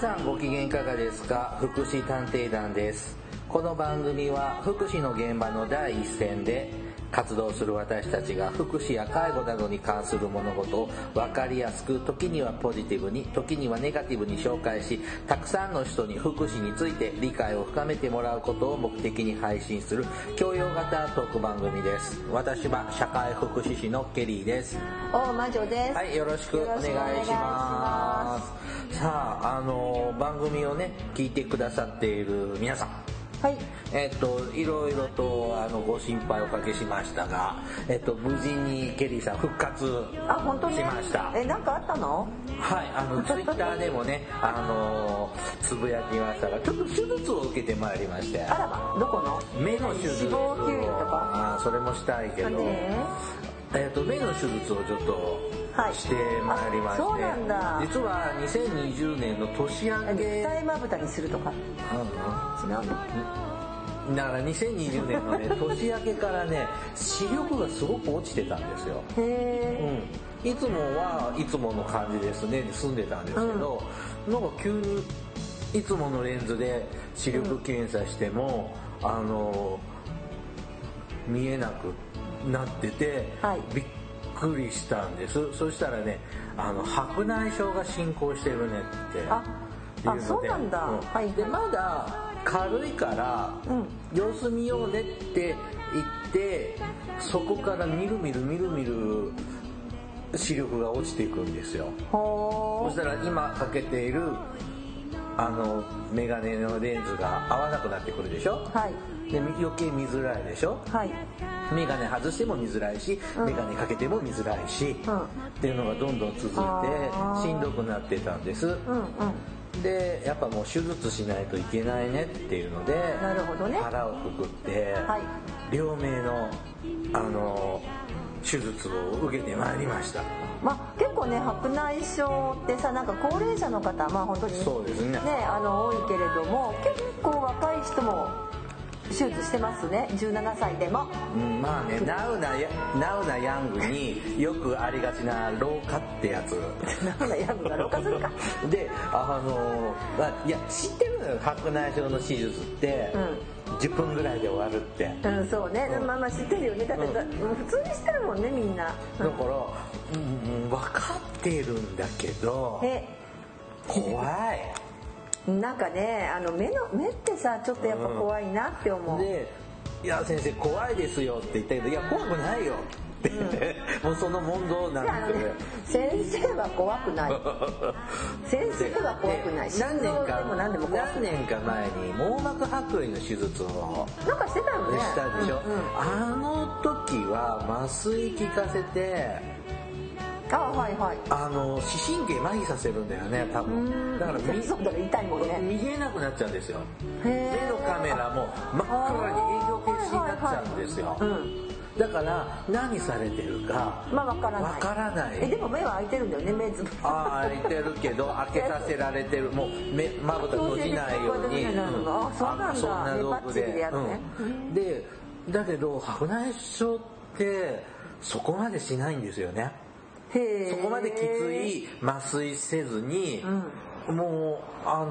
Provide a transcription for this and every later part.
さんご機嫌いかがですか？福祉探偵団です。この番組は福祉の現場の第一線で活動する私たちが福祉や介護などに関する物事を分かりやすく、時にはポジティブに、時にはネガティブに紹介し、たくさんの人に福祉について理解を深めてもらうことを目的に配信する教養型トーク番組です。私は社会福祉士のケリーです。 大魔女です。 はい、よろしくお願いします。さあ、番組をね、聞いてくださっている皆さん、 はい。 いろいろとご心配おかけしましたが、無事にケリーさん復活本当にしました。 なんかあったの？ はい、ツイッターでもね、つぶやきましたが、ちょっと手術を受けてまいりまして。 あらま、どこの？ 目の手術。 脂肪吸引とか。 それもしたいけど、目の手術をちょっとしてまいりまして、 そうなんだ。 実は2020年の年明け、 二重まぶたにするとか、違うの？ だから2020年のね年明けからね、視力がすごく落ちてたんですよ。 へいつもはいつもの感じですねで済んでたんですけど、なんか急にいつものレンズで視力検査しても、見えなくなってて、びっくりしたんです。そしたらね、白内障が進行してるねっていうので、 そうなんだ。 でまだ軽いから、様子見ようねって言って、そこからみるみる視力が落ちていくんですよ。そしたら今かけているメガネのレンズが合わなくなってくるでしょ。で余計見づらいでしょ。メガネ外しても見づらいし、メガネかけても見づらいし、っていうのがどんどん続いてしんどくなってたんです。でやっぱもう手術しないといけないねっていうので、 なるほどね、 腹をくくって、両目の手術を受けてまいりました。 結構ね、白内障ってさ、なんか高齢者の方、本当にそうですね、 多いけれども、結構若い人も手術してますね、17歳でも。 まあね、ナウなヤングによくありがちな老化ってやつ。 ナウなヤングが老化するか。 で、いや知ってるのよ、白内障の手術って、10分ぐらいで終わるって。 そうね、知ってるよね。だって、普通にしてるもんね、みんな。 だから、分かってるんだけど、怖い。 なんかね、目ってさ、ちょっとやっぱ怖いなって思う。 で、いや先生怖いですよって言ったけど、いや怖くないよって、もうその問答なんですよ。 先生は怖くない。先生は怖くない。 何年か前に網膜剥離の手術をなんかしてたよね。 したでしょ。あの時は麻酔効かせて、視神経麻痺させるんだよね、多分。だから痛いもんね。 見えなくなっちゃうんですよ。目のカメラも真っ暗に営業停止になっちゃうんですよ。だから何されてるかわからない。 でも目は開いてるんだよね、目つぶ。 開いてるけど開けさせられてる、もうまぶた閉じないように、そんな道具で。でだけど白内障ってそこまでしないんですよね。そこまできつい麻酔せずに、も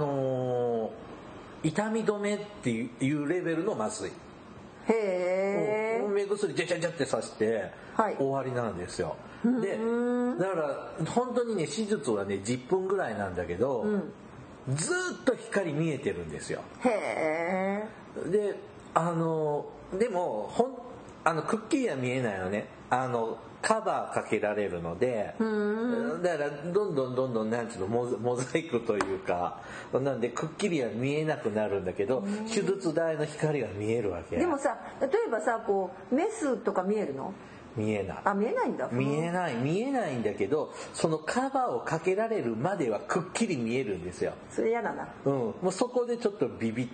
う痛み止めっていうレベルの麻酔。目薬ジャジャジャってさして終わりなんですよ。でだから本当にね、手術はね10分ぐらいなんだけど、ずっと光見えてるんですよ。ででもくっきりは見えないのね。カバーかけられるので、だからどんどんなんていうの、モザイクというか、なんでくっきりは見えなくなるんだけど、手術台の光は見えるわけ。 でもさ、例えばさ、こうメスとか見えるの？ 見えない。 見えないんだ。 見えないんだけど、そのカバーをかけられるまではくっきり見えるんですよ。 それ嫌だな。 もうそこでちょっとビビって。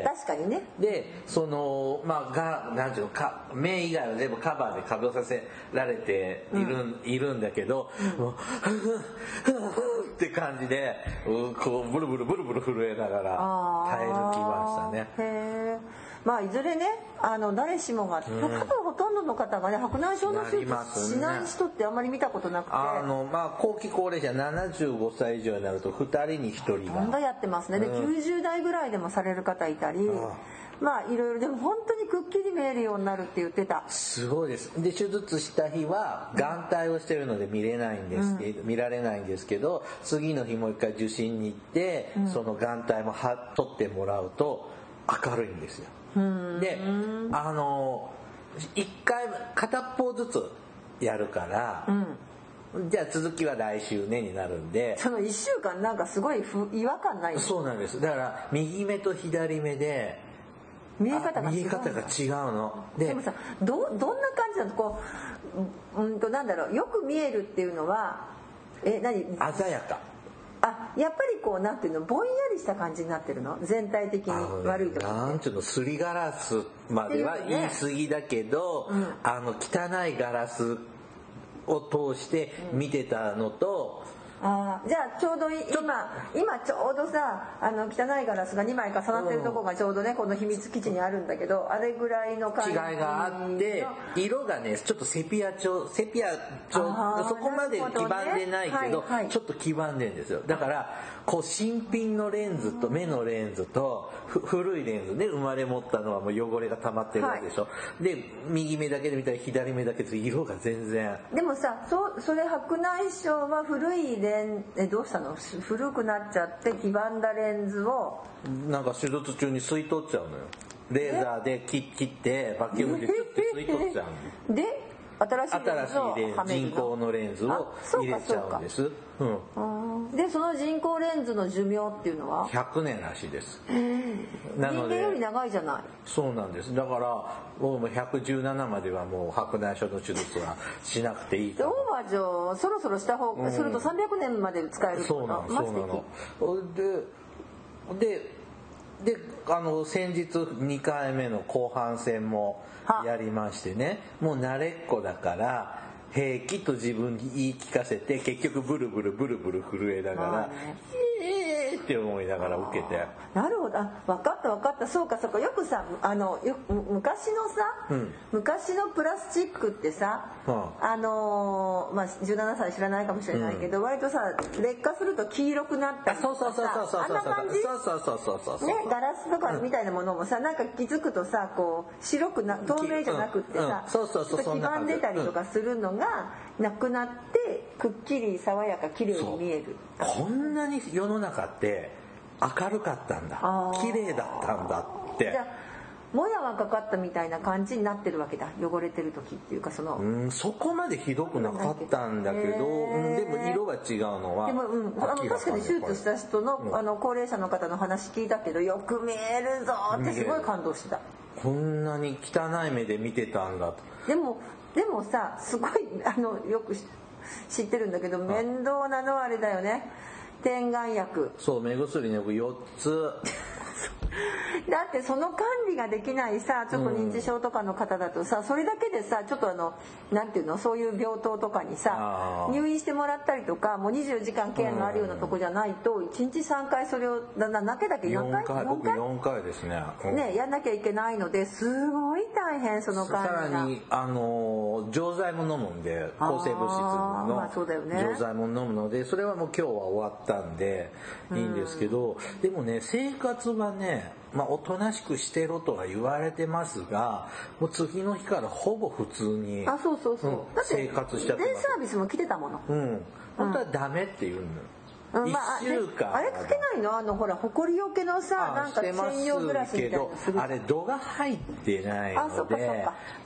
確かにね。 で、なんていうのか、目以外は全部カバーでかぶさせられているんだけど、もうって感じで、こうブルブル震えながら耐え抜きましたね。 まあいずれね誰しもが、多分ほとんどの方がね白内障の手術しない人ってあんまり見たことなくて、 まあ後期高齢者75歳以上になると2人に1人がほとんどやってますね。で90代ぐらいでもされる方いたり、まあいろいろ、でも本当にくっきり見えるようになるって言ってた。 すごいです。で手術した日は眼帯をしてるので見られないんですけど、次の日もう一回受診に行って、その眼帯も取ってもらうと明るいんですよ。で一回片っぽずつやるから、じゃあ続きは来週ねになるんで、 その1週間なんかすごい違和感ない。 そうなんです。だから右目と左目で見え方が違うの。 でもさ、どんな感じなの？こうなんだろう、よく見えるっていうのは何？ 鮮やか。 やっぱりこうなんていうの、ぼんやりした感じになってるの？全体的に悪いとか。 なんていうの、すりガラスまでは言い過ぎだけど、汚いガラスを通して見てたのと、 じゃあちょうど今ちょうどさ汚いガラスが2枚重なってるとこがちょうどねこの秘密基地にあるんだけど、あれぐらいの感じ違いがあって色がねちょっとセピア調そこまで黄ばんでないけど、ちょっと黄ばんでるんですよ。だからこう新品のレンズと目のレンズと古いレンズね、生まれ持ったのはもう汚れが溜まってるわけでしょ、で右目だけで見たら左目だけで色が全然。 でもさそれ白内障は古いどうしたの？古くなっちゃって黄ばんだレンズをなんか手術中に吸い取っちゃうのよ。レーザーで切ってバッキュームでチュッて吸い取っちゃうので新しいレンズ人工のレンズを入れちゃうんです。 でその人工レンズの寿命っていうのは 100年らしいです。 なので人間より長いじゃない。 そうなんです。だから僕も117まではもう白内障の手術はしなくていいと。 オーバー上そろそろした方がすると300年まで使える。 そうなの。で先日2回目の後半戦もやりましてね、もう慣れっこだから平気と自分に言い聞かせて、結局ブルブル震えながらって思いながら受けて。 なるほど、分かったそうか。よくさ昔のさ、昔のプラスチックってさ、17歳知らないかもしれないけど、割とさ劣化すると黄色くなったりとかさ、あんな感じ。ね、ガラスとかみたいなものもさ、なんか気づくとさこう白く透明じゃなくってさ、ちょっと黄ばんでたりとかするのがなくなってくっきり爽やか綺麗に見える。 こんなに世の中って明るかったんだ、綺麗だったんだって。 じゃあもやがかかったみたいな感じになってるわけだ、汚れてる時っていうかそこまでひどくなかったんだけど、でも色が違うのは。 でも確かに手術した人の高齢者の方の話聞いたけど、よく見えるぞってすごい感動してた。 こんなに汚い目で見てたんだと。 でもさ、すごいよく知ってるんだけど、面倒なのはあれだよね、点眼薬。 そう、目薬ね、4つだってその管理ができないさ、ちょっと認知症とかの方だとさ、それだけでさちょっとなんていうの、そういう病棟とかにさ入院してもらったりとか、もう24時間ケアがあるようなとこじゃないと1日3回それを何回だっけ、 僕4回ですね、 やんなきゃいけないので、すごい大変、その管理が。 さらに錠剤も飲むんで、抗生物質の錠剤も飲むので、それはもう今日は終わったんでいいんですけど、でもね、生活はね、おとなしくしてろとは言われてますが、もう次の日からほぼ普通に生活しちゃってます。 デイサービスも来てたもの。 本当はダメって言うの。1週間あれかけないの？ほらほこりよけのさ、なんか専用ブラシみたいなのする。 あれ度が入ってないので、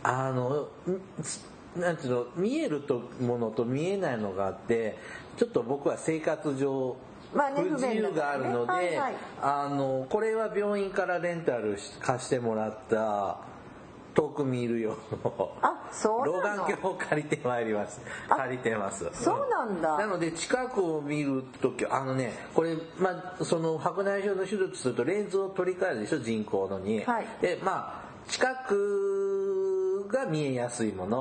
なんていうの、見えるものと見えないのがあって、ちょっと僕は生活上不自由があるので、これは病院からレンタル貸してもらった遠く見る用の老眼鏡を借りてます。 そうなんだ。 なので近くを見るとき、これその白内障の手術するとレンズを取り替えるでしょ、人工のに。で近くが見えやすいもの、遠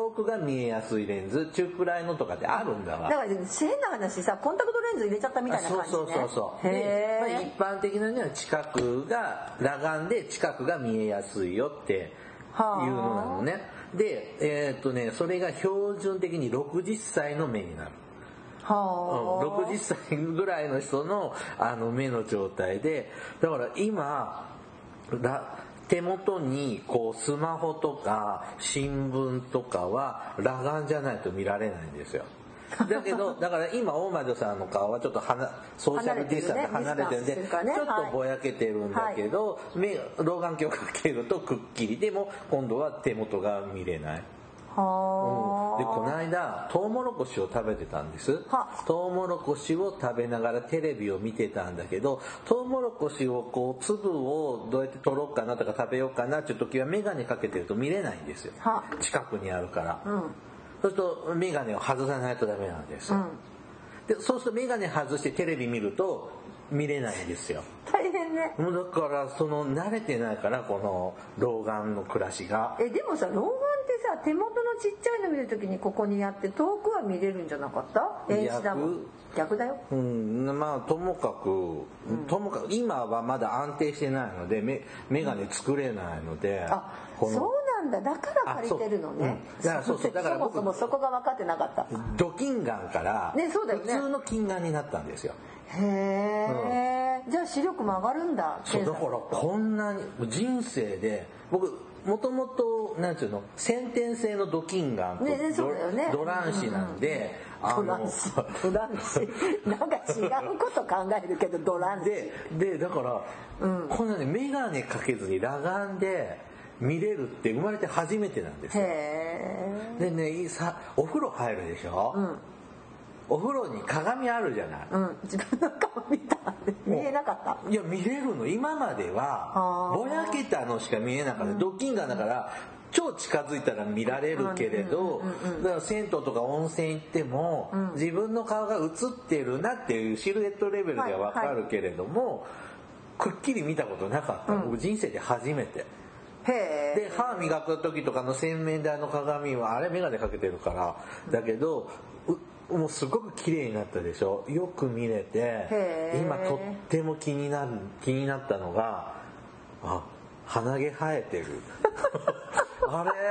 遠くが見えやすいレンズ、中くらいのとかってあるんだわ。 だから変な話さ、コンタクトレンズ入れちゃったみたいな感じね。 そうで、一般的なのは近くが裸眼で近くが見えやすいよっていうのなのね。でそれが標準的に60歳の目になる。60歳ぐらいの人の目の状態で、だから今手元にこうスマホとか新聞とかは裸眼じゃないと見られないんですよ。だけどだから今大魔女さんの顔はちょっとソーシャルディスタンスで離れてるんで、ちょっとぼやけてるんだけど、老眼鏡かけるとくっきり、でも今度は手元が見れない。でこの間トウモロコシを食べてたんです。トウモロコシを食べながらテレビを見てたんだけど、トウモロコシをこう粒をどうやって取ろうかなとか食べようかなっていう時は眼鏡かけてると見れないんですよ。近くにあるから、そうすると眼鏡を外さないとダメなんですよ。でそうすると眼鏡外してテレビ見ると見れないんですよ。 大変ね。 だから慣れてないから、この老眼の暮らしが。 でもさ、老眼ってさ、手元のちっちゃいの見るときにここにやって遠くは見れるんじゃなかった？遠視だもん。逆だよ。 まあともかく今はまだ安定してないので眼鏡作れないので。 そうなんだ。だから借りてるのね。だからそもそもそこが分かってなかった。 ド近眼から普通の近眼になったんですよ。 じゃあ視力も上がるんだ。 そうだからこんなに人生で僕もともとなんていうの、先天性のド近眼とド乱視なんで、 ド乱視なんか違うこと考えるけどド乱視でだから、こんなね眼鏡かけずに裸眼で見れるって生まれて初めてなんですよ。でね、お風呂入るでしょ、お風呂に鏡あるじゃない、 自分の顔見た見えなかった。 いや見れるの。今まではぼやけたのしか見えなかった。ド近眼だから超近づいたら見られるけれど、だから銭湯とか温泉行っても、自分の顔が映ってるなっていうシルエットレベルではわかるけれども、くっきり見たことなかった。僕人生で初めて。で歯磨く時とかの洗面台の鏡はあれ眼鏡かけてるからだけど、もうすごく綺麗になったでしょ。よく見れて、今とっても気になったのが、鼻毛生えてるあれ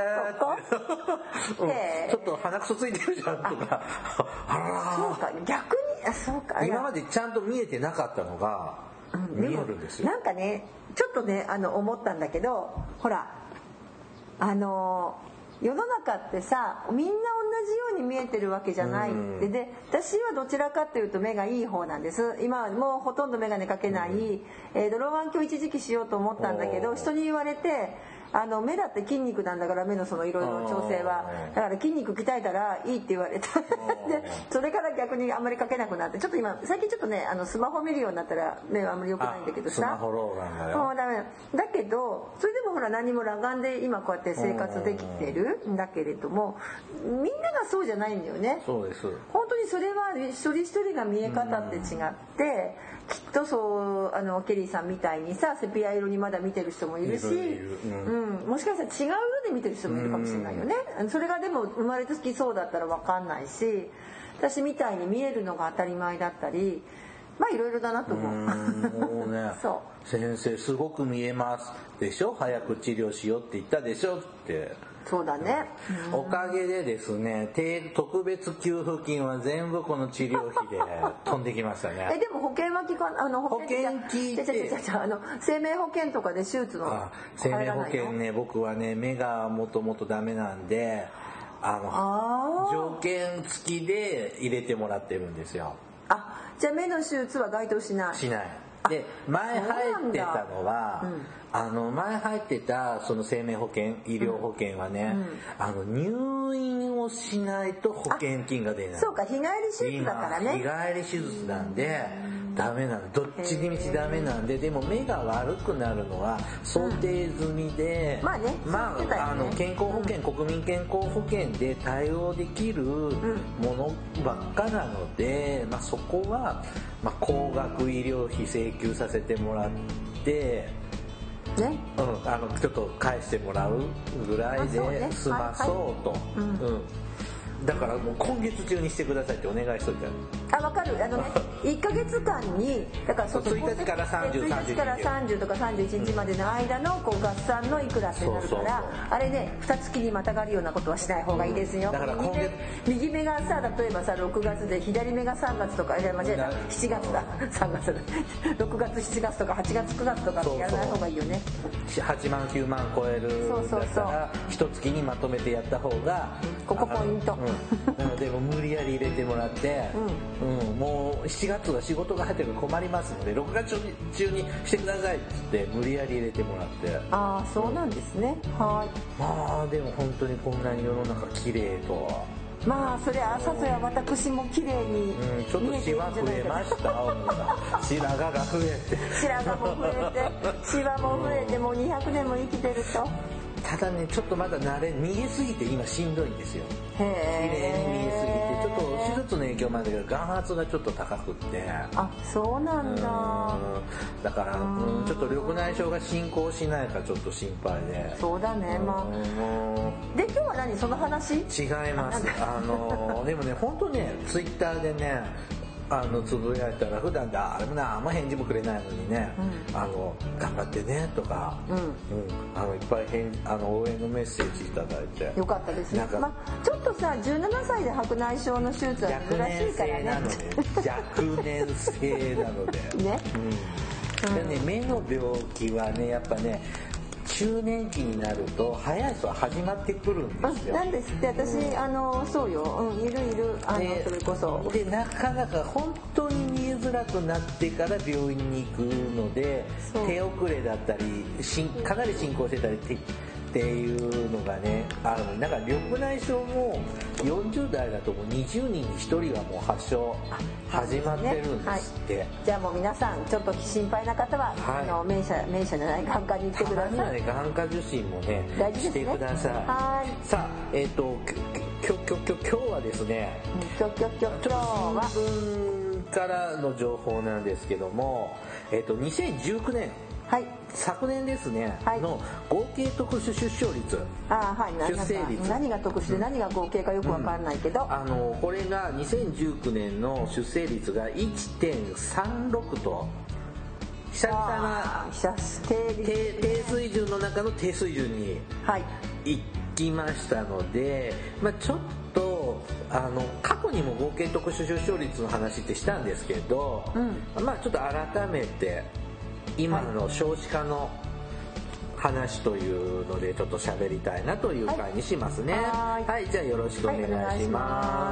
ちょっと鼻くそついてるじゃんとかそうか、逆にそうか、 今までちゃんと見えてなかったのが見えるんですよ。 なんかねちょっとね思ったんだけど、ほら世の中ってさ、みんな同じように見えてるわけじゃないで、私はどちらかというと目がいい方なんです。今はもうほとんど眼鏡かけない、老眼鏡一時期しようと思ったんだけど、人に言われて目だって筋肉なんだから、目のいろいろ調整はだから筋肉鍛えたらいいって言われたでそれから逆にあんまりかけなくなって、ちょっと最近ちょっとねスマホ見るようになったら目はあんまり良くないんだけどさ、 スマホ老眼だよ。 もうダメだけど、それでもほら何も裸眼で今こうやって生活できてるんだけれども、みんながそうじゃないんだよね。 そうです。 本当にそれは一人一人が見え方って違って、きっとそうケリーさんみたいにさセピア色にまだ見てる人もいるし、もしかしたら違う色で見てる人もいるかもしれないよね。それがでも生まれつきそうだったら分かんないし、私みたいに見えるのが当たり前だったり、まあいろいろだなと思う。 もうね先生すごく見えますでしょ、早く治療しようって言ったでしょって。 そうだね、 おかげでですね、特別給付金は全部この治療費で飛んできましたね。 でも保険は保険聞いて生命保険とかで手術の生命保険ね、僕はね目がもともとダメなんで条件付きで入れてもらってるんですよ。 じゃあ目の手術は該当しないで前入ってたのは、前入ってたその生命保険医療保険はね、入院をしないと保険金が出ない。 そうか、日帰り手術だからね。 日帰り手術なんでダメなの、どっちにみちダメなんで。でも目が悪くなるのは想定済みで、健康保険、国民健康保険で対応できるものばっかなので、そこは高額医療費請求させてもらって、 ね、 ちょっと返してもらうぐらいで済まそうと。だからもう今月中にしてくださいってお願いしといてあ、分かる。1ヶ月間にだから 1日から30、 1日から30とか31日までの間のこう合算のいくらってなるから、あれね2月にまたがるようなことはしない方がいいですよ。 だから右目がさ、例えばさ6月で左目が3月とか、間違えた、7月だ、3月だ6月7月とか8月9月とかってやらない方がいいよね。 8万9万超えるだったら1月にまとめてやった方がここポイント。 なのでもう無理やり入れてもらって、もう7月は仕事が入ってるから困りますので6月中にしてくださいって無理やり入れてもらって。 ああ、そうなんですね。はい。 まあでも本当にこんなに世の中綺麗とは。 まあそれはさぞや私も綺麗にちょっとシワ増えました。白髪が増えて白髪も増えてシワも増えて、もう200年も生きてると。 ただね、ちょっとまだ見えすぎて今しんどいんですよ。綺麗に見えすぎて、ちょっと手術の影響もあるんだけど眼圧がちょっと高くって。 あ、そうなんだ。 だからちょっと緑内障が進行しないかちょっと心配で。 そうだね。まあで今日は何、その話？ 違います。でもね、本当ね、ツイッターでねつぶやいたら普段誰もあんま返事もくれないのにね、頑張ってねとか、いっぱい応援のメッセージいただいてよかったですね。ちょっとさ17歳で白内障の手術は珍しいからね。 若年性なのでね。でね、目の病気はねやっぱね中年期になると早い人は始まってくるんですよ。 なんですって。私そうよ、いるそれこそでなかなか本当に見えづらくなってから病院に行くので手遅れだったりかなり進行してたりっていうのがねあるので、だから緑内障も40代だともう20人に1人はもう発症始まってるんですって。 じゃあもう皆さんちょっと心配な方は名医者じゃない眼科に行ってください。 たまにはね眼科受診もねしてください。さあ今日はですね、 今日は新聞からの情報なんですけども、2019年昨年ですね、の合計特殊出生率、出生率、 何が特殊で何が合計かよく分かんないけど、 これが2019年の出生率が 1.36 と久々な低水準の中の低水準にいきましたので、ちょっと過去にも合計特殊出生率の話ってしたんですけど、ちょっと改めて今の少子化の話というのでちょっと喋りたいなという回にしますね。はい、じゃあよろしくお願いします。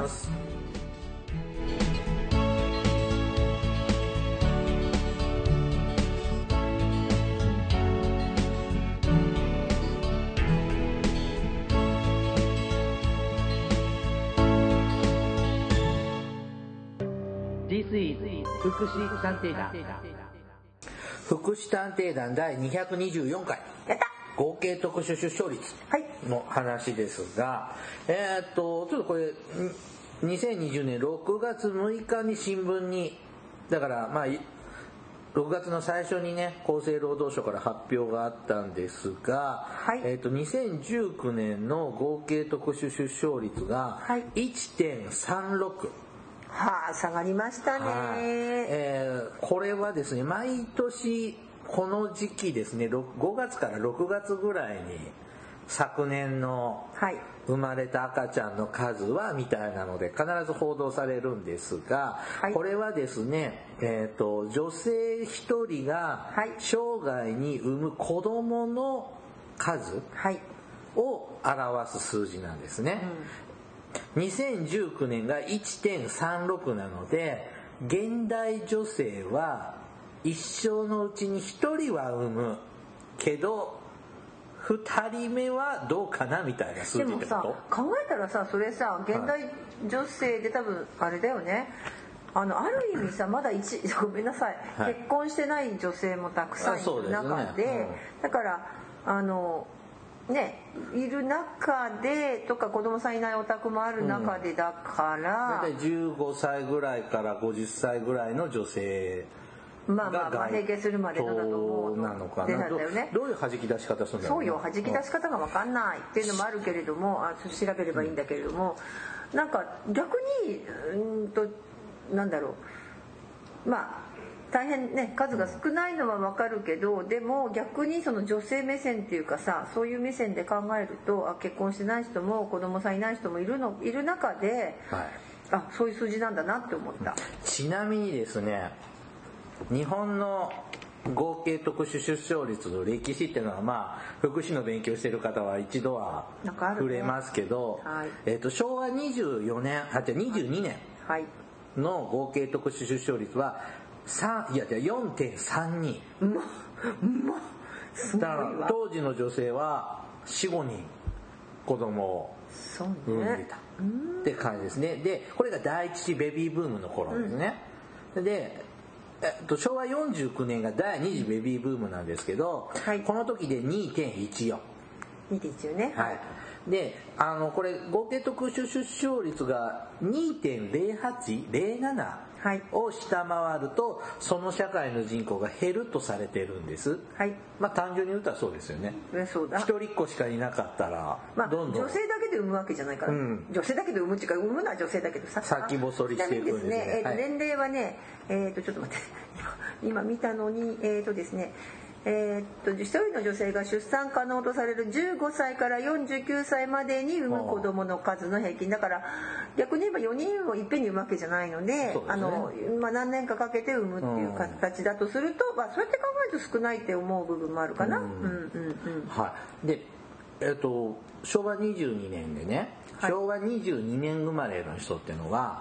福祉探偵団。 福祉探偵団第224回合計特殊出生率の話ですが、ちょっとこれ2020年6月6日に新聞に、だから6月の最初にね厚生労働省から発表があったんですが、2019年の合計特殊出生率が 1.36、 下がりましたね。 これはですね毎年この時期ですね5月から6月ぐらいに昨年の生まれた赤ちゃんの数はみたいなので必ず報道されるんですが、これはですね、女性1人が生涯に産む子供の数を表す数字なんですね。2019年が 1.36 なので現代女性は一生のうちに1人は産むけど2人目はどうかなみたいな数字ってこと？でもさ考えたらさ、それさ現代女性で多分あれだよね、ある意味さまだごめんなさい、結婚してない女性もたくさんいる中で、だからいる中でとか子供さんいないお宅もある中でだから、 大体15歳ぐらいから50歳ぐらいの女性閉経するまでのだと思うなのかな。どういう弾き出し方するんだろう。 そうよ、弾き出し方が分かんないっていうのもあるけれども、調べればいいんだけれども、なんか逆になんだろう、大変ね数が少ないのは分かるけど、でも逆にその女性目線っていうかさ、そういう目線で考えると、結婚してない人も子供さんいない人もいる中で、そういう数字なんだなって思った。 ちなみにですね、日本の合計特殊出生率の歴史っていうのは、福祉の勉強してる方は一度は触れますけど、昭和22年の合計特殊出生率は4.32。だから当時の女性は 4,5 人子供を産んでたって感じですね。でこれが第一次ベビーブームの頃ですね。で昭和49年が第二次ベビーブームなんですけど、この時で 2.14。 2.14 ね。 でこれ合計特殊出生率が 2.0807を下回ると、その社会の人口が減るとされてるんです。単純に言ったらそうですよね。 そうだ。 一人っ子しかいなかったら、どんどん女性だけで産むわけじゃないから、女性だけで産むっていうか、産むのは女性だけどさ、 先細りしていくんですね。 年齢はね、ちょっと待って今見たのにですね、一人の女性が出産可能とされる15歳から49歳までに産む子どもの数の平均だから、逆に言えば4人をいっぺんに産むわけじゃないので、何年かかけて産むっていう形だとすると、そうやって考えると少ないって思う部分もあるかな。 で昭和22年でね、昭和22年生まれの人ってのは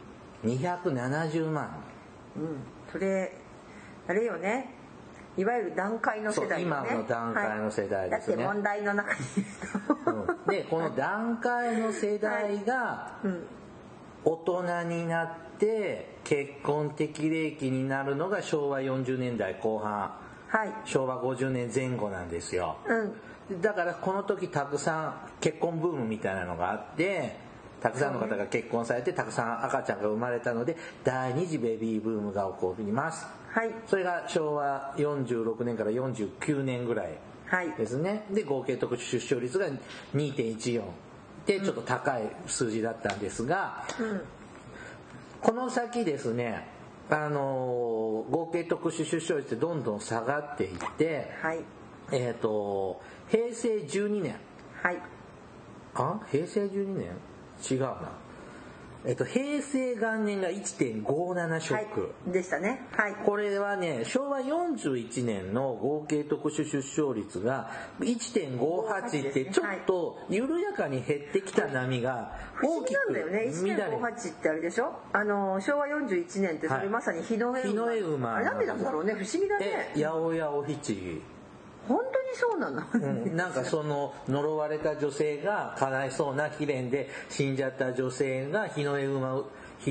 270万人。 それあれよね、いわゆる団塊の世代よね。 今の団塊の世代ですね。 だって問題の中にでこの団塊の世代が大人になって結婚適齢期になるのが昭和40年代後半、昭和50年前後なんですよ。だからこの時たくさん結婚ブームみたいなのがあって、たくさんの方が結婚されて、たくさん赤ちゃんが生まれたので、第二次ベビーブームが起こります。それが昭和46年から49年ぐらいですね。で合計特殊出生率が 2.14 でちょっと高い数字だったんですが、この先ですね、合計特殊出生率ってどんどん下がっていって、平成12年、平成12年違うな、平成元年が 1.57 ショック、 でしたね。 これはね、昭和41年の合計特殊出生率が 1.58 ってちょっと緩やかに減ってきた波が大きく乱れる。 1.58 ってあれでしょ、昭和41年ってそれまさに日の絵馬、あれなんでなんだろうね、不思議だね。 八百屋お七、 本当にそうなの、 なんかその呪われた女性が、かわいそうな悲恋で死んじゃった女性が日の絵馬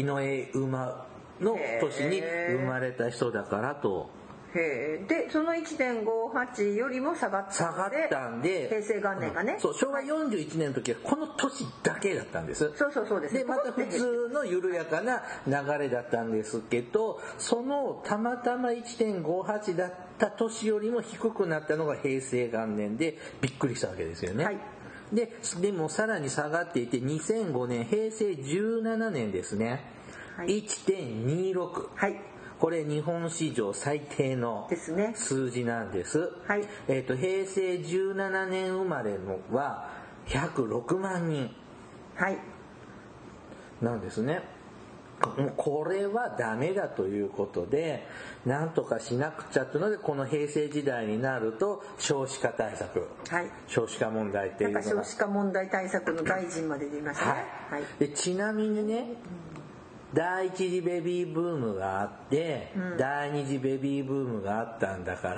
の年に生まれた人だからと。 でその 1.58 よりも下がったんで、平成元年がね、 昭和41年の時はこの年だけだったんです。 そうです。 でまた普通の緩やかな流れだったんですけど、そのたまたま 1.58 だった年よりも低くなったのが平成元年で、びっくりしたわけですよね。でもさらに下がっていて、2005年平成17年ですね、1.26、これ日本史上最低の数字なんです。平成17年生まれのは106万人なんですね。これはダメだということで、なんとかしなくちゃというので、この平成時代になると少子化対策、少子化問題っていうのが、 少子化問題対策の大臣まで出ましたね。 でちなみにね、第一次ベビーブームがあって、第二次ベビーブームがあったんだから、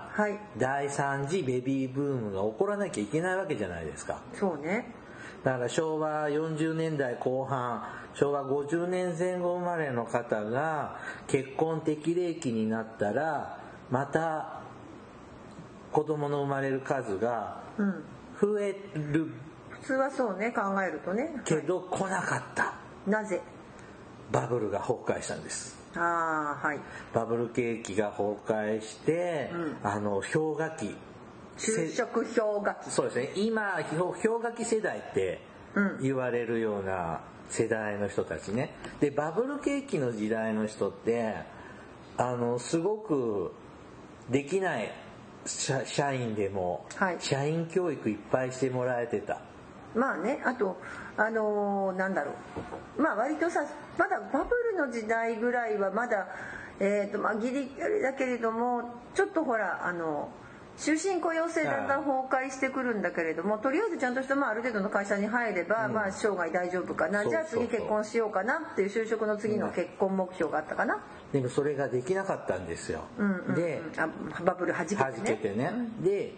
第三次ベビーブームが起こらなきゃいけないわけじゃないですか。 そうね。 だから昭和40年代後半、昭和50年前後生まれの方が結婚適齢期になったら、また子供の生まれる数が増える、 普通はそうね、考えるとね。 けど来なかった。 なぜ？ バブルが崩壊したんです。 はい、 バブル景気が崩壊して、氷河期、 就職氷河期、 そうですね、今氷河期世代って言われるような世代の人たちね。でバブル景気の時代の人ってすごくできない社員でも、社員教育いっぱいしてもらえてた。 まあね、あとなんだろう、まあ割とさ、まだバブルの時代ぐらいはまだまあギリギリだけれども、ちょっとほら終身雇用制だんだん崩壊してくるんだけれども、とりあえずちゃんとした、ある程度の会社に入れば、まあ生涯大丈夫かな、じゃあ次結婚しようかなっていう就職の次の結婚目標があったかな。 でもそれができなかったんですよ。でバブル弾けてね。 で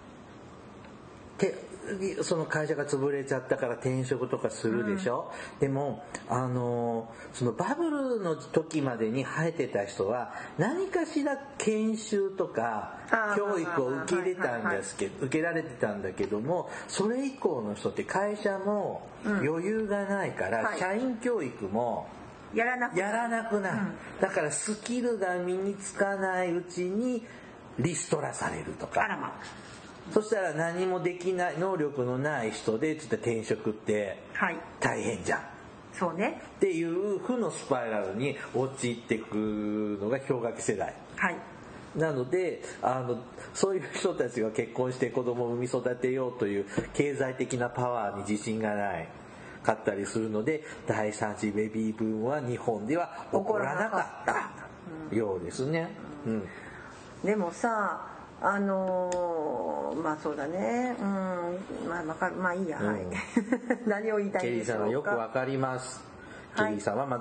その会社が潰れちゃったから転職とかするでしょ。でもそのバブルの時までに生えてた人は何かしら研修とか教育を受けられてたんだけども、それ以降の人って会社も余裕がないから、社員教育もやらなくなる。だからスキルが身につかないうちにリストラされるとか。そしたら何もできない、能力のない人で転職って大変じゃん。 そうね。 っていう負のスパイラルに陥っていくのが氷河期世代。なのでそういう人たちが結婚して子供を産み育てようという経済的なパワーに自信がないかったりするので、第3次ベビーブームは日本では起こらなかったようですね。 でもさ、まあそうだね、まあいいや、何を言いたいんでしょうか。ケリーさんはよくわかります。ケリーさんはまだ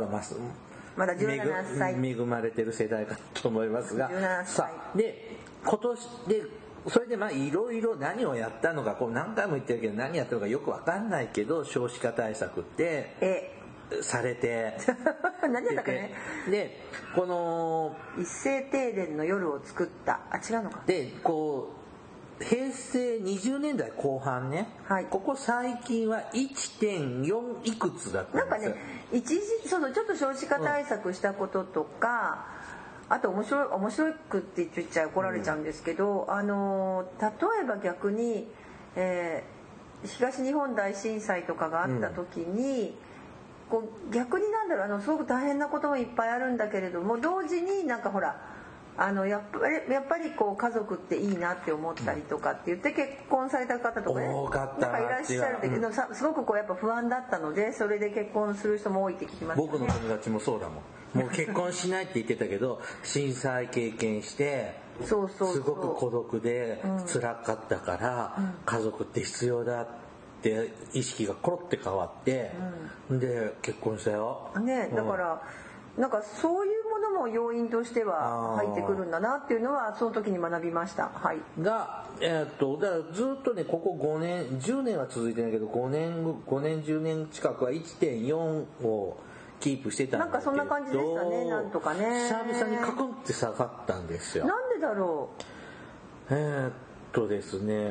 17歳、恵まれてる世代かと思いますが、さあで今年でそれでいろいろ何をやったのか、何回も言ってるけど何やったのかよくわかんないけど、少子化対策ってされて何やったっけね。 でこの一斉停電の夜を作った、違うのか。 で平成20年代後半ね、ここ最近は 1.4 いくつだったんですよ。 なんかね、ちょっと少子化対策したこととか、あと面白くって言っちゃ怒られちゃうんですけど、例えば逆に、東日本大震災とかがあった時に、逆にすごく大変なこともいっぱいあるんだけれども、同時になんかほらやっぱり家族っていいなって思ったりとかって言って結婚された方とかね、なんかいらっしゃるけど、すごくやっぱ不安だったので、それで結婚する人も多いって聞きましたね。 僕の友達もそうだもん。もう結婚しないって言ってたけど震災経験してすごく孤独で辛かったから、家族って必要だって意識がコロって変わって、で結婚したよ。 ね、だからなんかそういうものも要因としては入ってくるんだなっていうのはその時に学びました。だからずっとね、ここ5年10年は続いてないけど5年10年近くは 1.4 をキープしてたんだけど、なんかそんな感じでしたね。なんとかね、 久々にカクンって下がったんですよ。 なんでだろう。ですね、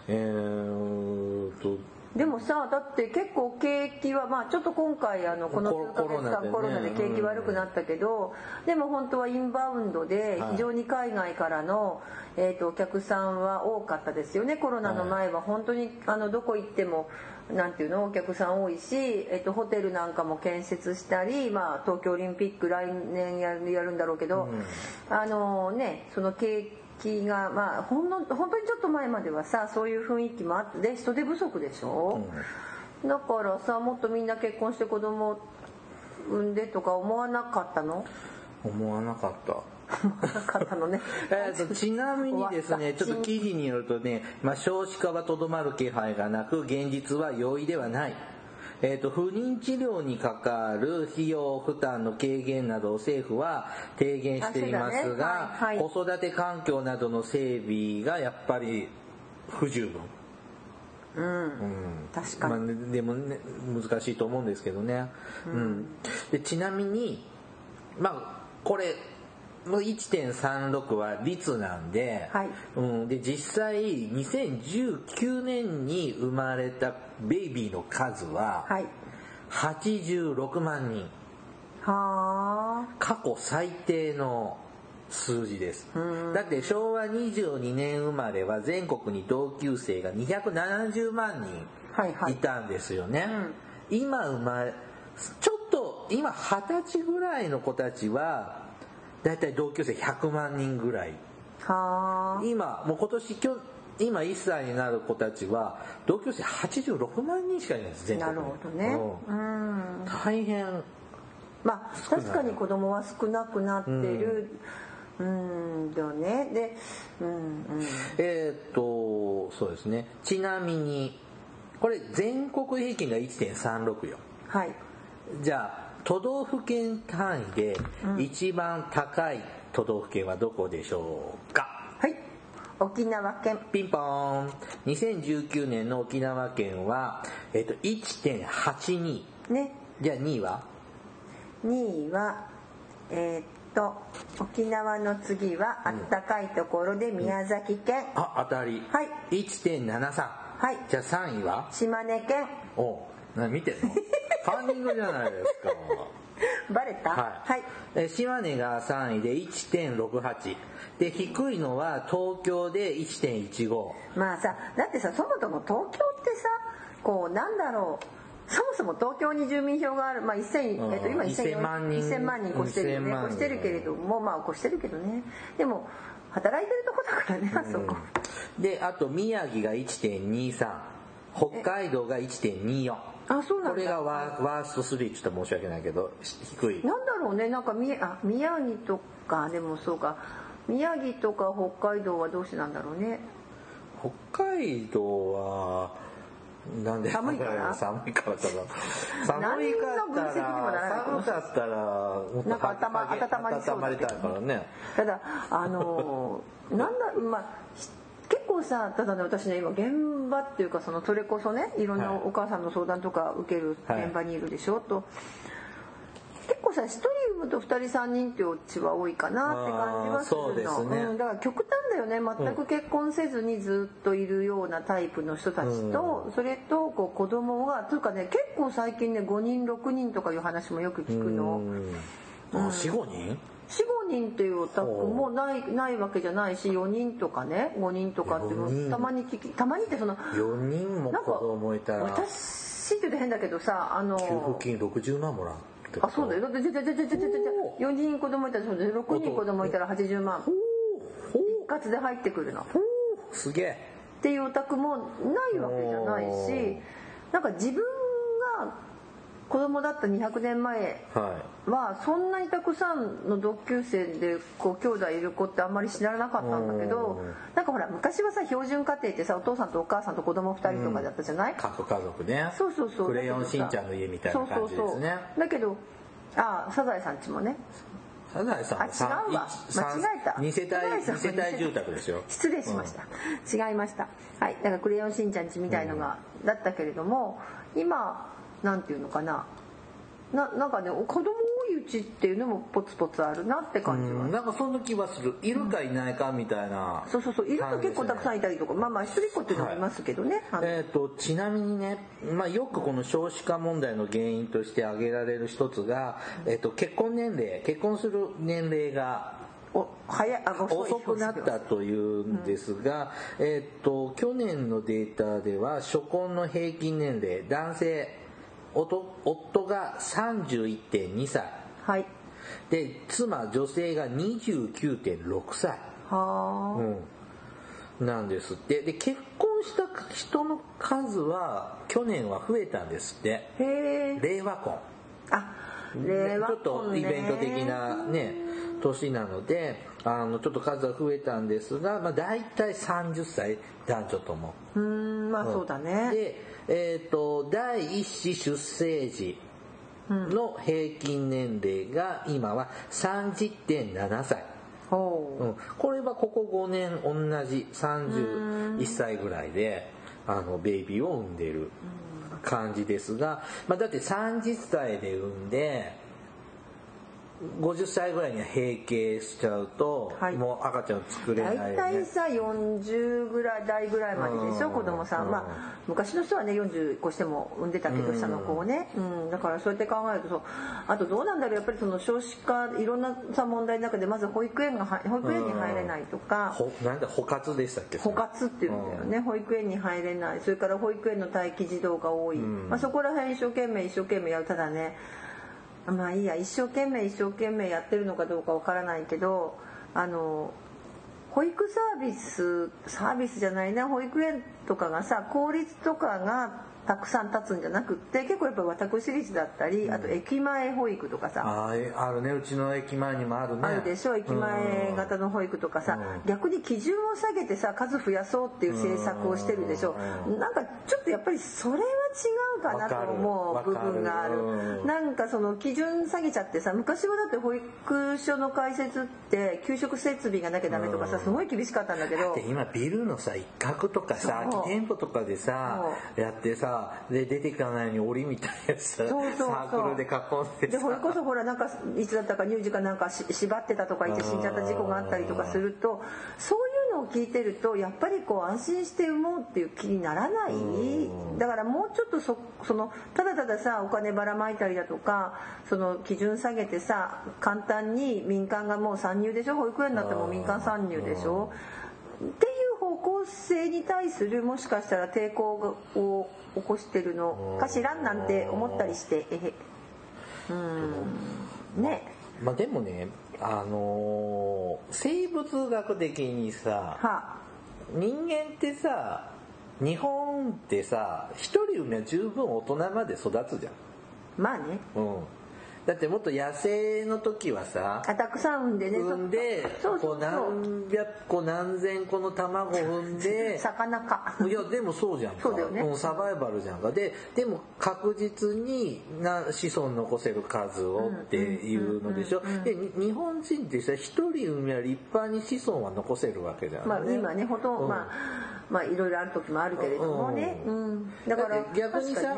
でもさ、だって結構景気はちょっと今回この数ヶ月間コロナで景気悪くなったけど、でも本当はインバウンドで非常に海外からのお客さんは多かったですよね。コロナの前は本当にどこ行ってもなんていうの、お客さん多いし、ホテルなんかも建設したり、東京オリンピック来年やるんだろうけど、その景気が本当にちょっと前まではさ、そういう雰囲気もあって人手不足でしょ、だからさ、もっとみんな結婚して子供産んでとか思わなかったの？ 思わなかったねちなみにですね、ちょっと記事によるとね、少子化はとどまる気配がなく現実は容易ではない。不妊治療にかかる費用負担の軽減などを政府は提言していますが、子育て環境などの整備がやっぱり不十分。 確かに。 でもね、難しいと思うんですけどね。でちなみにこれ1.36 は率なんで、で実際2019年に生まれたベイビーの数は86万人。 過去最低の数字です。だって昭和22年生まれは全国に同級生が270万人いたんですよね。今ちょっと今20歳ぐらいの子たちはだいたい同級生100万人ぐらい。今もう今1歳になる子たちは同級生86万人しかいないです、全国に。 なるほどね。 大変。 まあ確かに子供は少なくなってる。だよね。で、 そうですね。ちなみにこれ全国平均が 1.36 よ。 はい。 じゃあ都道府県単位で一番高い都道府県はどこでしょうか？ はい。沖縄県。 ピンポーン。2019年の沖縄県は1.82。 ね。 じゃあ2位は ？2位は沖縄の次はあったかいところで宮崎県。 当たり。 はい。 1.73。 はい。 じゃあ3位は島根県。 見てんの？カンニングじゃないですか。 バレた？ はい。島根が3位で 1.68。で低いのは東京で 1.15。 まあさ、だってさ、そもそも東京ってさ、こうなんだろう、そもそも東京に住民票がある、まあ今1000万人越してるよね。越してるけれども、まあ越してるけどね。でも働いてるとこだからね、あそこ。 で、あと宮城が 1.23、北海道が 1.24。 そうなんだ。 これがワースト3って言ったら申し訳ないけど低い。 なんだろうね、なんか宮城とかでもそうか、宮城とか北海道はどうしてなんだろうね。 北海道はなんで寒いから寒かったらなんか温まりそうだけど、 たからね。 ただ結構さ、ただね、私ね今現場っていうか、それこそね、いろんなお母さんの相談とか受ける現場にいるでしょ、と結構さ、1人産むと2人3人っていうお家は多いかなって感じはするの。 そうですね。 だから極端だよね。全く結婚せずにずっといるようなタイプの人たちと、それとこう子供がというかね、結構最近ね5人6人とかいう話もよく聞くの。 4,5 人 4,5 人っていうお宅もないわけじゃないし、4人とかね5人とかってたまにって 4人も子供いたら、 私って言うと変だけどさ、 給付金60万もらう。 そうだよ。だって4人子供いたら、6人子供いたら80万一括で入ってくるの。 すげえ。 っていうお宅もないわけじゃないし、なんか自分が子供だった200年前はそんなにたくさんの同級生でこう兄弟いる子ってあんまり知らなかったんだけど、なんかほら昔はさ、標準家庭ってさ、お父さんとお母さんと子供2人とかだったじゃない？ 家族ね。 そうクレヨンしんちゃんの家みたいな感じですね。 だけどサザエさんちもね、 サザエさん違うわ、間違えた。 2世帯住宅ですよ。 失礼しました、違いました。はい、だからクレヨンしんちゃんちみたいのがだったけれども、今なんていうのかな、なんかね、子供多いうちっていうのもポツポツあるなって感じは、 なんかそんな気はする。いるかいないかみたいな、 そういると結構たくさんいたりとか、一人っ子っていうのもいますけどね、 ちなみにね、よくこの少子化問題の原因として挙げられる一つが、結婚する年齢が遅くなったというんですが、去年のデータでは初婚の平均年齢、男性夫が 31.2 歳、 はい、 で女性が 29.6 歳なんですって。で結婚した人の数は去年は増えたんですって。令和婚、 令和婚ね、 ちょっとイベント的なね年なのでちょっと数は増えたんですが、だいたい30歳男女とも。 そうだね。 で第一子出生時の平均年齢が今は 30.7 歳、これはここ5年同じ31歳ぐらいでベイビーを産んでいる感じですが、だって30歳で産んで 50歳ぐらいには閉経しちゃうと、はい、もう赤ちゃん作れないよね。 大体さ40ぐらい代ぐらいまででしょ、子供さん。まあ昔の人はね40越しても産んでたけど、下の子をね、だからそうやって考えると、あとどうなんだろう、やっぱりその少子化いろんなさ問題の中で、まず保育園に入れないとか、 なんだ保活でしたっけ？ 保活っていうんだよね。保育園に入れない、それから保育園の待機児童が多い、そこら辺一生懸命やる。ただね、まあいいや、一生懸命やってるのかどうかわからないけど、保育サービスじゃないな、保育園とかがさ、公立とかがたくさん立つんじゃなくって、結構やっぱ私立だったり、あと駅前保育とかさ、 あるね、うちの駅前にもあるね。 あるでしょ、駅前型の保育とかさ、逆に基準を下げてさ、数増やそうっていう政策をしてるでしょ。なんかちょっとやっぱりそれは違うかなと思う部分がある。なんかその基準下げちゃってさ、昔はだって保育所の開設って給食設備がなきゃダメとかさ、すごい厳しかったんだけど、 今ビルのさ一角とかさ、空き店舗とかでさやってさ、で出ていかないように檻みたいなさ、サークルで囲んでさ、 でこれこそほら、なんかいつだったか乳児かなんか縛ってたとか言って死んじゃった事故があったりとかすると、そういうのを聞いてるとやっぱりこう安心して産もうっていう気にならない。だからもうちょっとそのただたださお金ばらまいたりだとか、その基準下げてさ、簡単に民間がもう参入でしょ、保育園だってもう民間参入でしょっていう方向性に対する、もしかしたら抵抗を起こしてるのかしらなんて思ったりして、ね。 まあでもね、生物学的にさ、人間ってさ、日本ってさ、一人産めば十分大人まで育つじゃん。 まあね。 だってもっと野生の時はさ、 たくさん産んでね、 こう何百個何千個の卵を産んで魚か、 いやでもそうじゃんか、 そうだよね、 サバイバルじゃんか。でも確実に子孫残せる数をっていうのでしょ。で日本人ってさ、一人産めば立派に子孫は残せるわけだよね。 まあ今ね、ほとんど、まあいろいろある時もあるけれどもね、 だから逆にさ、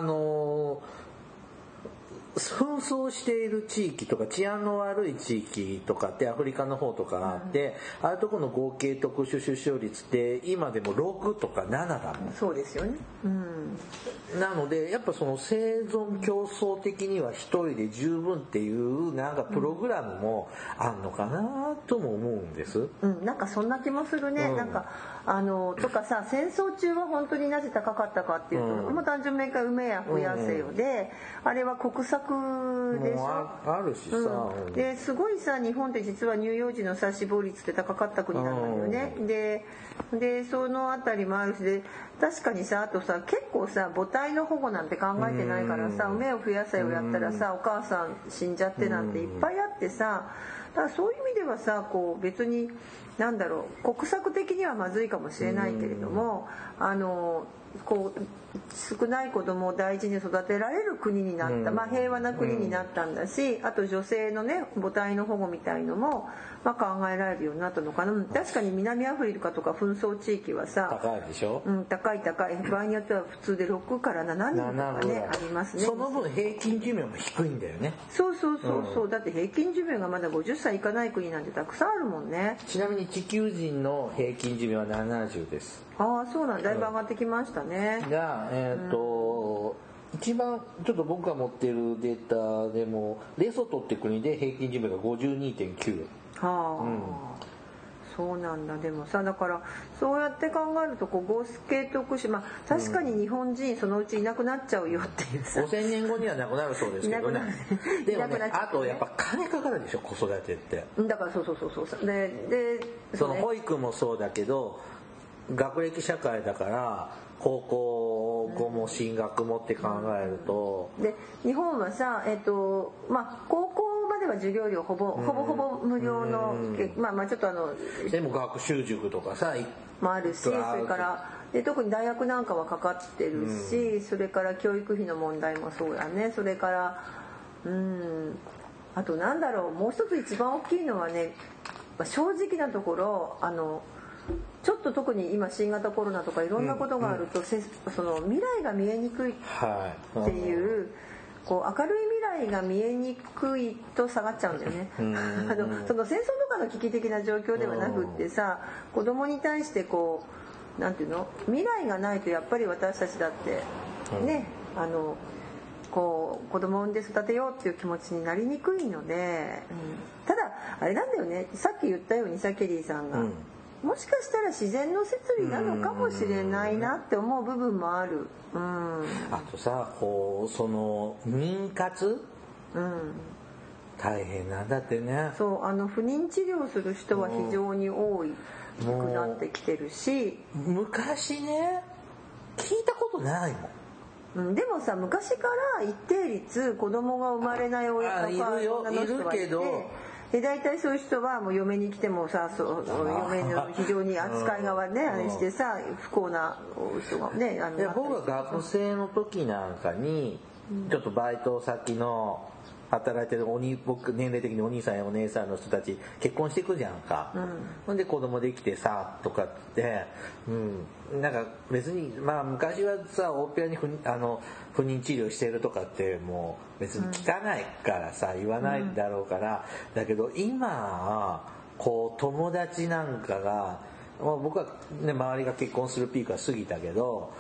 紛争している地域とか治安の悪い地域とかってアフリカの方とかあって、ああいうところの合計特殊出生率って今でも6とか7だもん。 そうですよね。 なのでやっぱその生存競争的には一人で十分っていうなんかプログラムもあんのかなとも思うんです。 なんかそんな気もするね。なんかとかさ、戦争中は本当になぜ高かったかっていうと、もう単純明快、産めや増やせよで、あれは国策でしょ。 あるしさ、 ですごいさ、日本って実は乳幼児のさ死亡率って高かった国なのよね。でそのあたりもあるし、で確かにさ、あとさ、結構さ母体の保護なんて考えてないからさ、産めを増やせをやったらさ、お母さん死んじゃってなんていっぱいあってさ、だからそういう意味ではさ、こう別になんだろう、国策的にはまずいかもしれないけれども、こう少ない子供を大事に育てられる国になった、平和な国になったんだし、あと女性のね母体の保護みたいのも、考えられるようになったのかな。確かに南アフリカとか紛争地域はさ、 高いでしょ。 高い場合によっては普通で6から7人とかねありますね。 その分平均寿命も低いんだよね。 そう、だって平均寿命がまだ50歳いかない国なんてたくさんあるもんね。 ちなみに地球人の平均寿命は70です。 ああ、そうなんだ、だいぶ上がってきましたね。 が一番ちょっと僕が持ってるデータでもレソトって国で平均寿命が 52.9。 そうなんだ。でもさ、だからそうやって考えると、こう合計特殊、確かに日本人そのうちいなくなっちゃうよっていうさ、 5000年後にはなくなるそうですけどね。でもね、あとやっぱ金かかるでしょ、子育てって。 だからそうでその保育もそうだけど、学歴社会だから高校後も進学もって考えると、 で日本はさ、高校までは授業料ほぼ無料の、ちょっとでも学習塾とかさもあるし、それからで特に大学なんかはかかってるし、それから教育費の問題もそうだね。それからあとなんだろう、もう一つ一番大きいのはね、正直なところちょっと特に今新型コロナとかいろんなことがあると、その未来が見えにくいっていう、こう明るい未来が見えにくいと下がっちゃうんだよね。その戦争とかの危機的な状況ではなくってさ、子供に対してこうなんていうの、未来がないとやっぱり私たちだってね、こう子供を産んで育てようっていう気持ちになりにくいので、ただあれなんだよね、さっき言ったようにさケリーさんが、もしかしたら自然の摂理なのかもしれないなって思う部分もある。 あとさ、こうその妊活、大変なんだってね。 そう、不妊治療する人は非常に多くなってきてるし、 昔ね聞いたことないもん。 でもさ、昔から一定率子供が生まれない親とかいるけど、 で大体そういう人はもう嫁に来てもさ、嫁の非常に扱い側ね、あれしてさ、不幸な人がね。 僕が学生の時なんかにちょっとバイト先の働いてる僕年齢的にお兄さんやお姉さんの人たち結婚していくじゃんか、ほんで子供できてさとかって、なんか別にまあ昔はさ大っぴらに不妊治療してるとかってもう別に聞かないからさ、言わないだろうから、だけど今こう友達なんかが、僕はね周りが結婚するピークは過ぎたけど、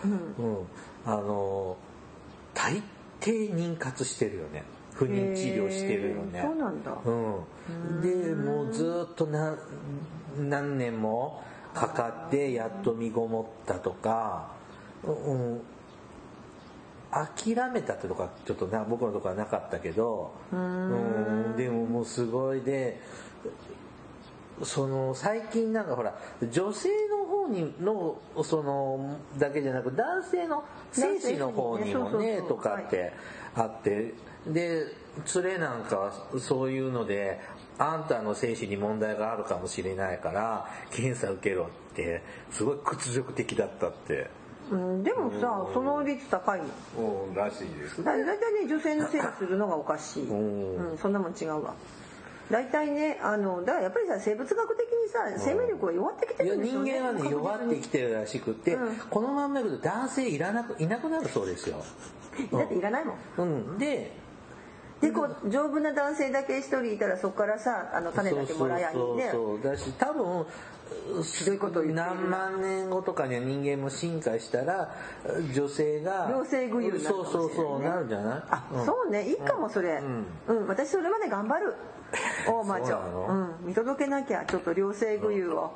大抵妊活してるよね。不妊治療してるよね。 そうなんだ。 でもうずっと何年もかかってやっと身ごもったとか、諦めたってとかちょっと僕のとこはなかったけど、でももうすごいで、その最近なんかほら女性の方にのそのだけじゃなく男性の精子の方にもねとかってあって、で連れなんかはそういうのであんたの精子に問題があるかもしれないから検査受けろってすごい屈辱的だったって。 でもさ、その率高いのらしいです。 だいたいね、女性のせいにするのがおかしい。そんなもん違うわ。だいたいね、だからやっぱりさ、生物学的にさ、生命力が弱ってきてるんですよね。 人間はね弱ってきてるらしくて、このまんまいくと男性いなくなるそうですよ。 だっていらないもん。でこう丈夫な男性だけ一人いたらそこからさ種だけもらえばいいね。 そうだし、多分何万年後とかには人間も進化したら女性が両性具有になるかもしれないね。 そうなるんじゃない？ そうね、いいかもそれ。私それまで頑張る。大魔女。見届けなきゃ、ちょっと両性具有を。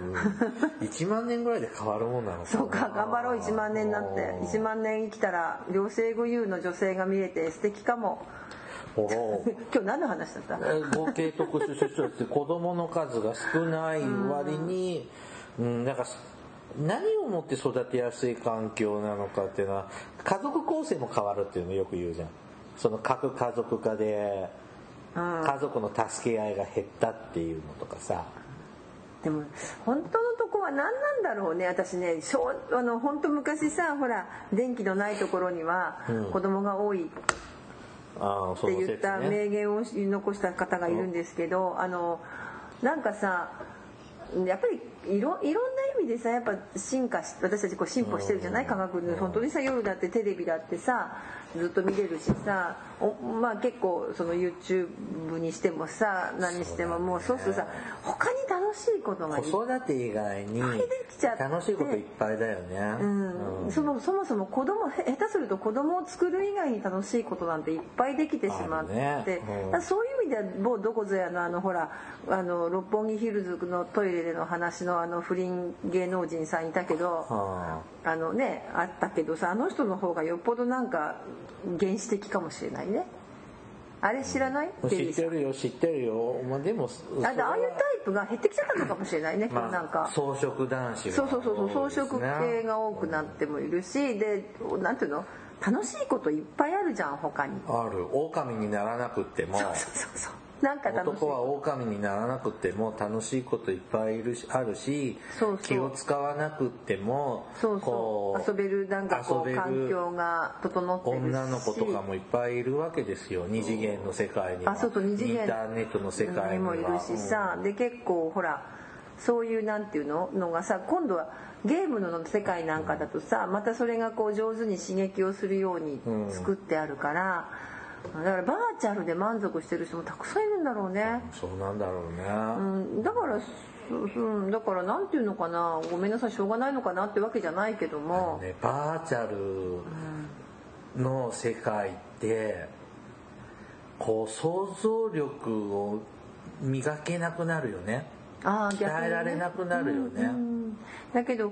1万年ぐらいで変わるもんなのかな。 そうか、頑張ろう。1万年になって1万年生きたら両性具有の女性が見れて素敵かも。今日何の話だった？ 合計特殊出生って子供の数が少ない割に、なんか何をもって育てやすい環境なのかっていうのは家族構成も変わるっていうのよく言うじゃん。その核家族化で家族の助け合いが減ったっていうのとかさ。 でも本当のとこは何なんだろうね。私ね、本当昔さ、ほら電気のないところには子供が多いって言った名言を残した方がいるんですけど、なんかさ、やっぱりいろんな意味でさ、やっぱ私たちこう進歩してるじゃない、科学の。本当にさ、夜だってテレビだってさずっと見れるしさ、まあ結構その YouTube にしてもさ何にしても、もうそうするとさ、他に楽しいことが子育て以外に楽しいこといっぱいだよね。 そもそも下手すると子供を作る以外に楽しいことなんていっぱいできてしまって、そういう意味では某どこぞやのほら六本木ヒルズのトイレでの話の不倫芸能人さんいたけど、あったけどさ、あの人の方がよっぽどなんか原始的かもしれないね。あれ知らない？ 知ってるよ。まあでもああいうタイプが減ってきちゃったのかもしれないね。なんか草食男子がそう草食系が多くなってもいるし、でなんていうの、楽しいこといっぱいあるじゃん他に。 ある。狼にならなくっても。 そうなんか楽しい。 男は狼にならなくても楽しいこといっぱいあるし、気を使わなくっても遊べるなんかこう環境が整ってるし、 女の子とかもいっぱいいるわけですよ。二次元の世界には、インターネットの世界にもいるしさ、で結構ほらそういうなんていうのがさ、今度はゲームの世界なんかだとさ、またそれがこう上手に刺激をするように作ってあるから、 だからバーチャルで満足してる人もたくさんいるんだろうね。 そうなんだろうね。だからなんていうのかな、ごめんなさいしょうがないのかなってわけじゃないけども、 バーチャルの世界ってこう想像力を磨けなくなるよね。鍛えられなくなるよね。 だけど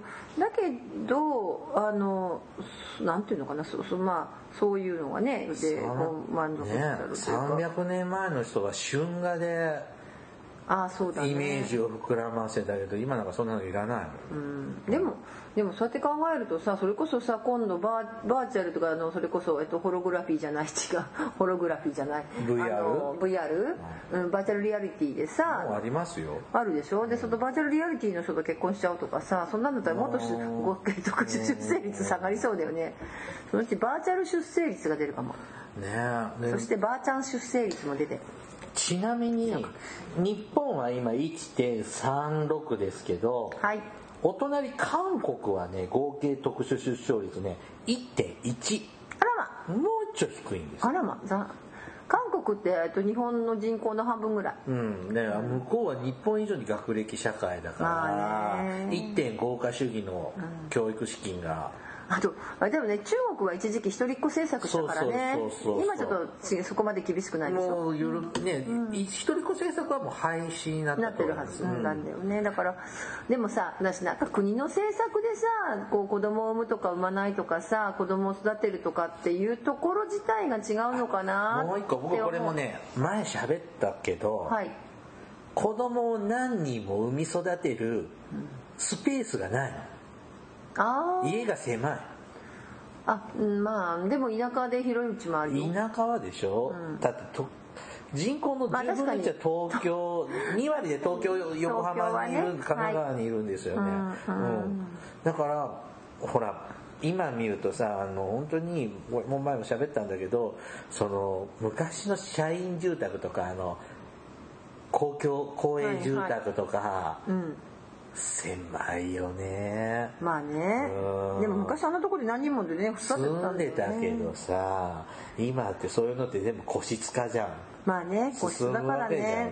なんていうのかな、そういうのがねで満足したるというか、 300年前の人は春画でそうだね、 イメージを膨らませたけど今なんかそんなのいらないもん。 でもそうやって考えるとさ、それこそさ今度バーチャルとかそれこそホログラフィーじゃない、ホログラフィーじゃない VR、バーチャルリアリティでさ、 もうありますよ。 あるでしょ。でそのバーチャルリアリティの人と結婚しちゃうとかさ、そんなんだったらもっと特殊出生率下がりそうだよね。そのうちバーチャル出生率が出るかもね。そしてバーチャン出生率も出て。 ちなみに日本は今 1.36 ですけど、はい、お隣韓国はね合計特殊出生率ね 1.1。 あらま、 もうちょい低いんです。 あらま、韓国って日本の人口の半分ぐらい。 向こうは日本以上に学歴社会だから、1.5 豪華主義の教育資金が、 でもね、中国は一時期一人っ子政策したからね。今ちょっとそこまで厳しくないでしょ。もう一人っ子政策はもう廃止になってるはずなんだよね。だからでもさ、私なんか国の政策でさ、こう子供を産むとか産まないとかさ、子供を育てるとかっていうところ自体が違うのかな。 もう一個僕これもね前喋ったけど、子供を何人も産み育てるスペースがないの。家が狭い。 でも田舎で広い家もあるよ。 田舎はでしょ、だって人口の10分の1は東京、2割で東京横浜にいる、神奈川にいるんですよね。だからほら今見るとさ、本当にもう前も喋ったんだけど、その昔の社員住宅とか公営住宅とか、狭いよね。 まあね。でも昔あんなところで何人もでね住んでたけどさ、今ってそういうのって全部個室化じゃん。 まあね、個室だからね。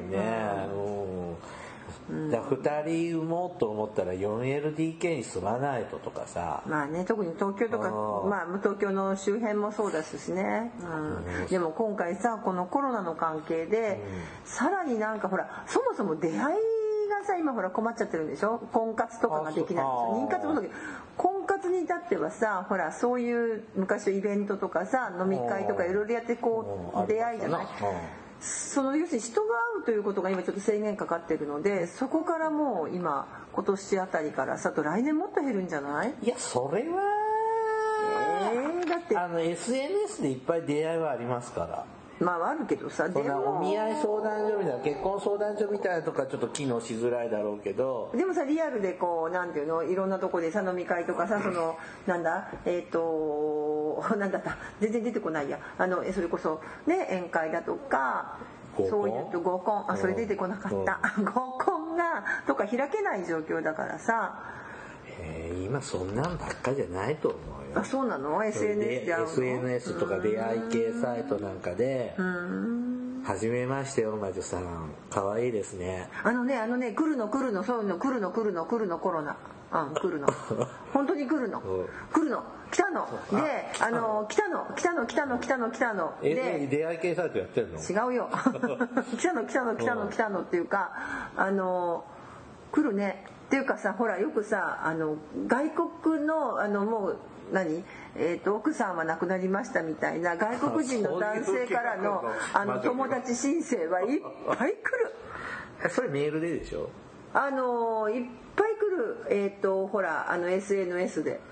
2人産もうと思ったら 4LDK に住まないととかさ。 まあね、特に東京とか、東京の周辺もそうだしね。でも今回さ、このコロナの関係で、さらになんかほら、そもそも出会いがさ、今ほら困っちゃってるんでしょ。婚活とかができないんですよ。妊活もそうだけど、婚活に至ってはさ、ほらそういう昔のイベントとかさ、飲み会とかいろいろやってこう出会いじゃない。その要するに人が会うということが今ちょっと制限かかってるので、そこからもう今年あたりからさと来年もっと減るんじゃない？ いやそれは、だってSNS でいっぱい出会いはありますから。 あるけどさ、でもお見合い相談所みたいな、結婚相談所みたいなとかちょっと機能しづらいだろうけど、 でもさリアルでこうなんていうの、いろんなとこでさ飲み会とかさ、そのなんだなんだった全然出てこないや、それこそね宴会だとかそういうと合コン、それ出てこなかった合コンがとか開けない状況だからさ。 今そんなんばっかじゃないと思うよ。 そうなの？ SNS で会うの？ SNS とか出会い系サイトなんかで、はじめましてよ魔女さん、可愛いですね。 来るのそういうの来るのコロナ。来るの本当に来るの来たので来たので出会い系サイトやってるの？ 違うよ来たのっていうか来るねっていうかさ、ほらよくさ外国のもう奥さんは亡くなりましたみたいな外国人の男性からの友達申請はいっぱい来る。 それメールででしょ？ いっぱい来る。ほらSNS で、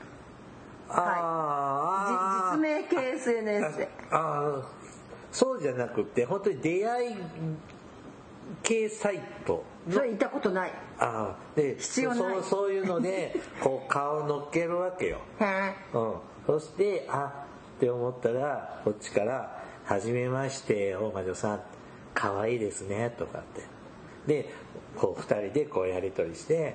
実名系 SNS で。 そうじゃなくて本当に出会い系サイト。 それ行ったことない。 で必要ない。 そういうのでこう顔乗っけるわけよ。そしてって思ったらこっちからはじめまして大魔女さん可愛いですねとかってでこう2人でこうやり取りして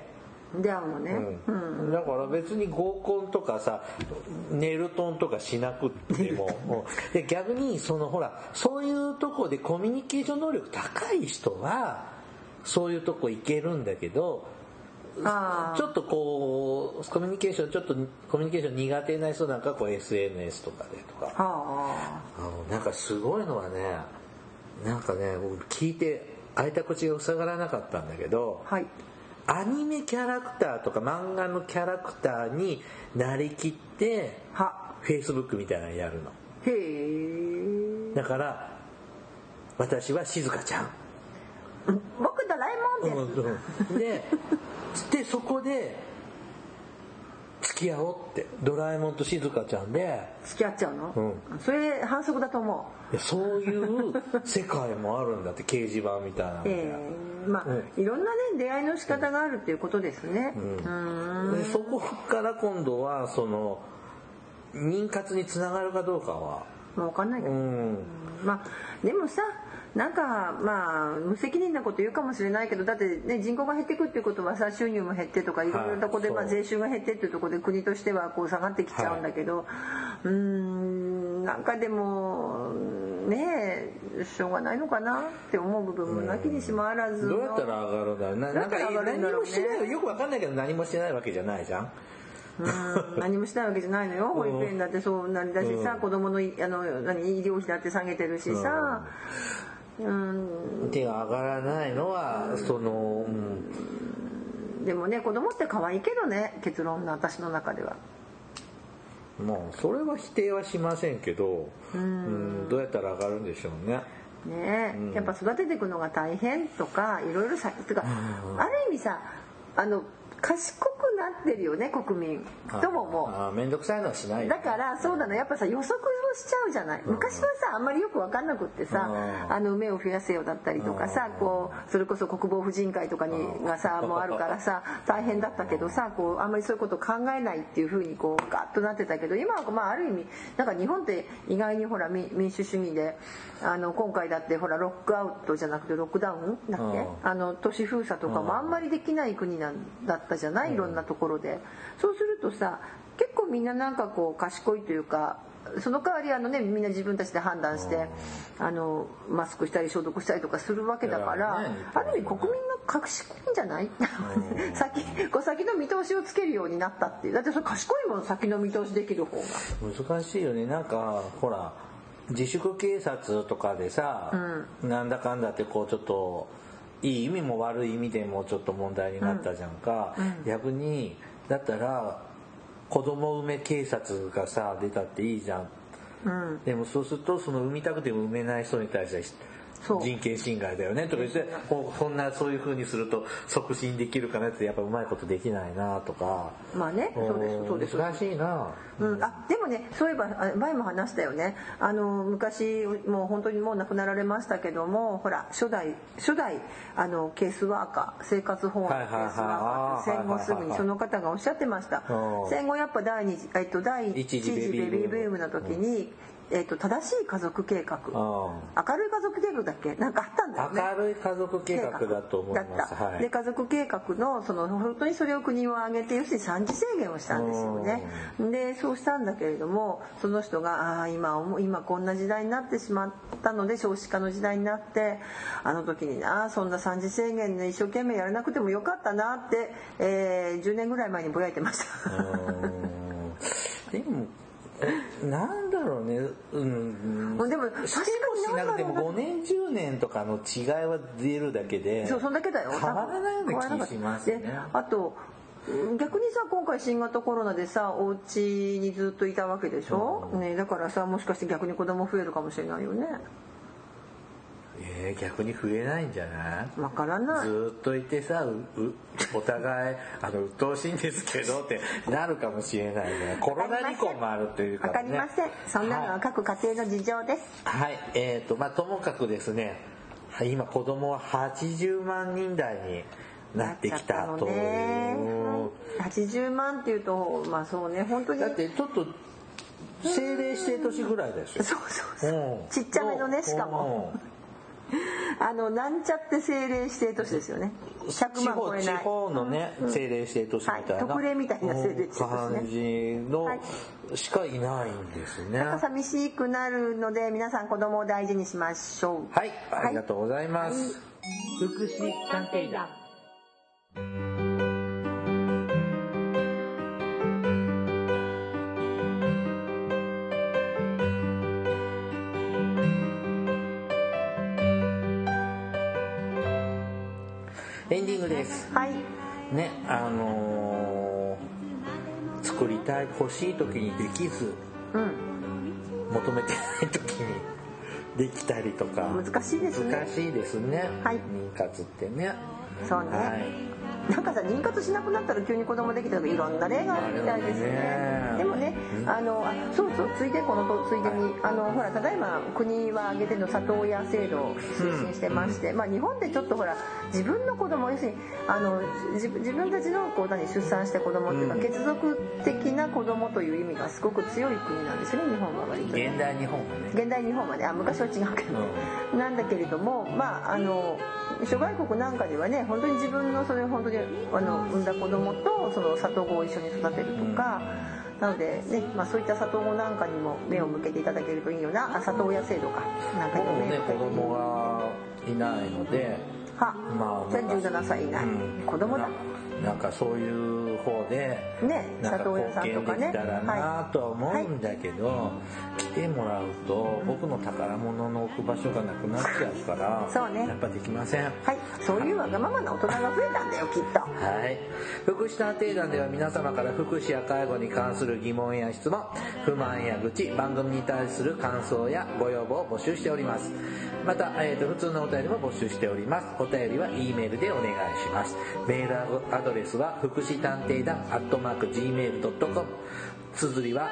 出会うのね、 だから別に合コンとかさネルトンとかしなくってもで逆にほらそういうとこでコミュニケーション能力高い人はそういうとこ行けるんだけど、ちょっとこうコミュニケーション苦手な人なんかこう SNS とかでとか、なんかすごいのはね、なんかね僕聞いて開いた口が塞がらなかったんだけど、はい、アニメキャラクターとか漫画のキャラクターになりきってFacebookみたいなのやるの。へー。だから私は静香ちゃん、 僕ドラえもんです、 でそこで付き合おうってドラえもんと静香ちゃんで付き合っちゃうの、それ反則だと思う。そういう世界もあるんだって掲示板みたいなので、 いろんなね出会いの仕方があるっていうことですね。 でそこから今度は妊活につながるかどうかは分かんないけど、でもさなんか無責任なこと言うかもしれないけど、だってね人口が減っていくっていうことはさ収入も減ってとかいろいろなとこで税収が減ってっていうところで国としてはこう下がってきちゃうんだけど、なんかでもねしょうがないのかなって思う部分もなきにしもあらず。 どうやったら上がるんだろう。なんか何もしてないよくわかんないけど何もしてないわけじゃないじゃん。 何もしないわけじゃないのよ。保育園だってそうなりだしさ、子供の医療費だって下げてるしさ。 手が上がらないのはでもね子供って可愛いけどね、結論の私の中では。 それは否定はしませんけど、どうやったら上がるんでしょうね。 やっぱ育てていくのが大変とかいろいろさ、とかある意味さ賢くなってるよね国民とももう。めんどくさいのはしないよ、 だからそうだね、やっぱさ予測をしちゃうじゃない。昔はさあんまりよく分かんなくってさ梅を増やせよだったりとかさ、こうそれこそ国防婦人会とかがさもうあるからさ大変だったけどさ、こうあんまりそういうことを考えないっていう風にこうガッとなってたけど、今はある意味なんか日本って意外にほら民主主義で今回だってほらロックアウトじゃなくてロックダウンだっけ、都市封鎖とかもあんまりできない国だったじゃない、いろんなところで。そうするとさ結構みんななんかこう賢いというか、その代わりみんな自分たちで判断してマスクしたり消毒したりとかするわけだから、ある意味国民が賢いんじゃない先の見通しをつけるようになったっていう。だってそれ賢いもん、先の見通しできる方が難しいよね。なんかほら自粛警察とかでさ、なんだかんだってこうちょっといい意味も悪い意味でもちょっと問題になったじゃんか、逆にだったら子供産め警察がさ出たっていいじゃん、でもそうすると産みたくても産めない人に対して人権侵害だよねとか言って、そういう風にすると促進できるかなってやっぱうまいことできないなとか。 そうです難しいな。 でもねそういえば前も話したよね。昔もう本当にもう亡くなられましたけども、ほら初代ケースワーカー、生活保護のケースワーカーって戦後すぐにその方がおっしゃってました。戦後やっぱ第一次ベビーブームの時に正しい家族計画、明るい家族計画だっけ、なんかあったんだよね。 明るい家族計画だと思います。 で家族計画の本当にそれを国を挙げて要するに3次制限をしたんですよね。でそうしたんだけれども、その人が今こんな時代になってしまったので、少子化の時代になって、あの時にそんな3次制限で一生懸命やらなくてもよかったなって、10年ぐらい前にぼやいてましたでもなんだろうね、でもしてもしなくても5年10年とかの違いは出るだけで、 そんだけだよ、 変わらないような気しますね。 あと逆にさ今回新型コロナでさお家にずっといたわけでしょ、だからさもしかして逆に子供増えるかもしれないよね。 逆に増えないんじゃない？ わからない。 ずっといてさお互い鬱陶しいんですけどってなるかもしれないね。コロナ離婚もあるというかね。 わかりません。そんなのは各家庭の事情です。 はい、ともかくですね、今子供は80万人台になってきたと。 80万っていうとそうね、本当に。 だってちょっと政令指定都市ぐらいですよ。 そう、ちっちゃめのね、しかも。 なんちゃって政令指定都市ですよね。100万超えない。 地方のね、政令指定都市みたいな、 特例みたいな政令指定都市ね。 感じのしかいないんですね。 なんか寂しくなるので、皆さん子供を大事にしましょう。 はい、ありがとうございます。 福祉探偵団。 エンディングです。 はい。 ね、作りたい欲しい時にできず、求めてない時にできたりとか、 難しいですね。 難しいですね。 はい。 妊活ってね。 そうね。はい、なんかさ、妊活しなくなったら急に子供できたとかいろんな例があるみたいですね。でもね、そうついでにほら、ただいま国は挙げての里親制度を推進してまして、日本でちょっとほら自分の子供、要するに自分たちの出産した子供っていうか、血族的な子供という意味がすごく強い国なんですよね、日本は割と、ね。 現代日本はね。 昔は違うけど、なんだけれども、諸外国なんかではね、本当に自分のそれ本当に産んだ子供とその里子を一緒に育てるとか、なのでね、そういった里子なんかにも目を向けていただけるといいよな。里親制度かなんかにも目を向けていただけるといいよな。 子供がいないので、 じゃあ17歳以内、子供だ。 なんかそういう方でなんか貢献できたらなとは思うんだけど、来てもらうと僕の宝物の置く場所がなくなっちゃうから、 そうね、 やっぱできません。 はい、そういうわがままな大人が増えたんだよきっと。 はい、福祉探偵団では皆様から福祉や介護に関する疑問や質問、不満や愚痴、番組に対する感想やご要望を募集しております。また、普通のお便りも募集しております。お便りは E メールでお願いします。メールアドレスは福祉探偵団@gmail.com、 綴りは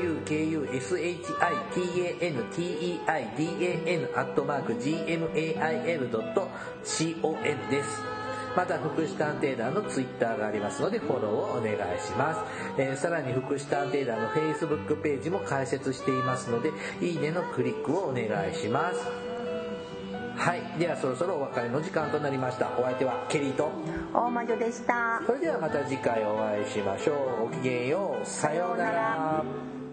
fukushitanteidan@gmail.com です。また福祉探偵団のツイッターがありますのでフォローをお願いします。さらに福祉探偵団の Facebook ページも開設していますので、いいねのクリックをお願いします。はい、ではそろそろお別れの時間となりました。お相手はケリーと大魔女でした。 それではまた次回お会いしましょう。ごきげんよう。さようなら。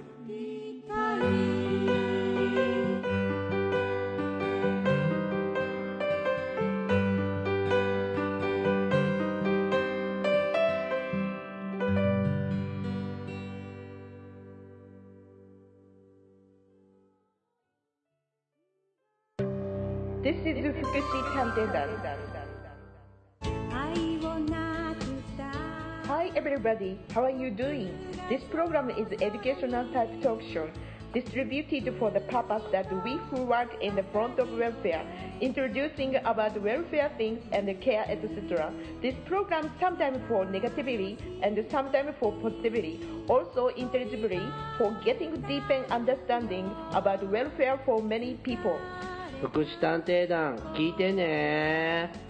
This is 福祉探偵団。Hi everybody, how are you doing? This program is an educational type talk show distributed for the purpose that we who work in the front of welfare, introducing about welfare things and care, etc. This program sometimes for negativity and sometimes for positivity, also intelligibly for getting deeper understanding about welfare for many people. 福祉探偵団聞いてね。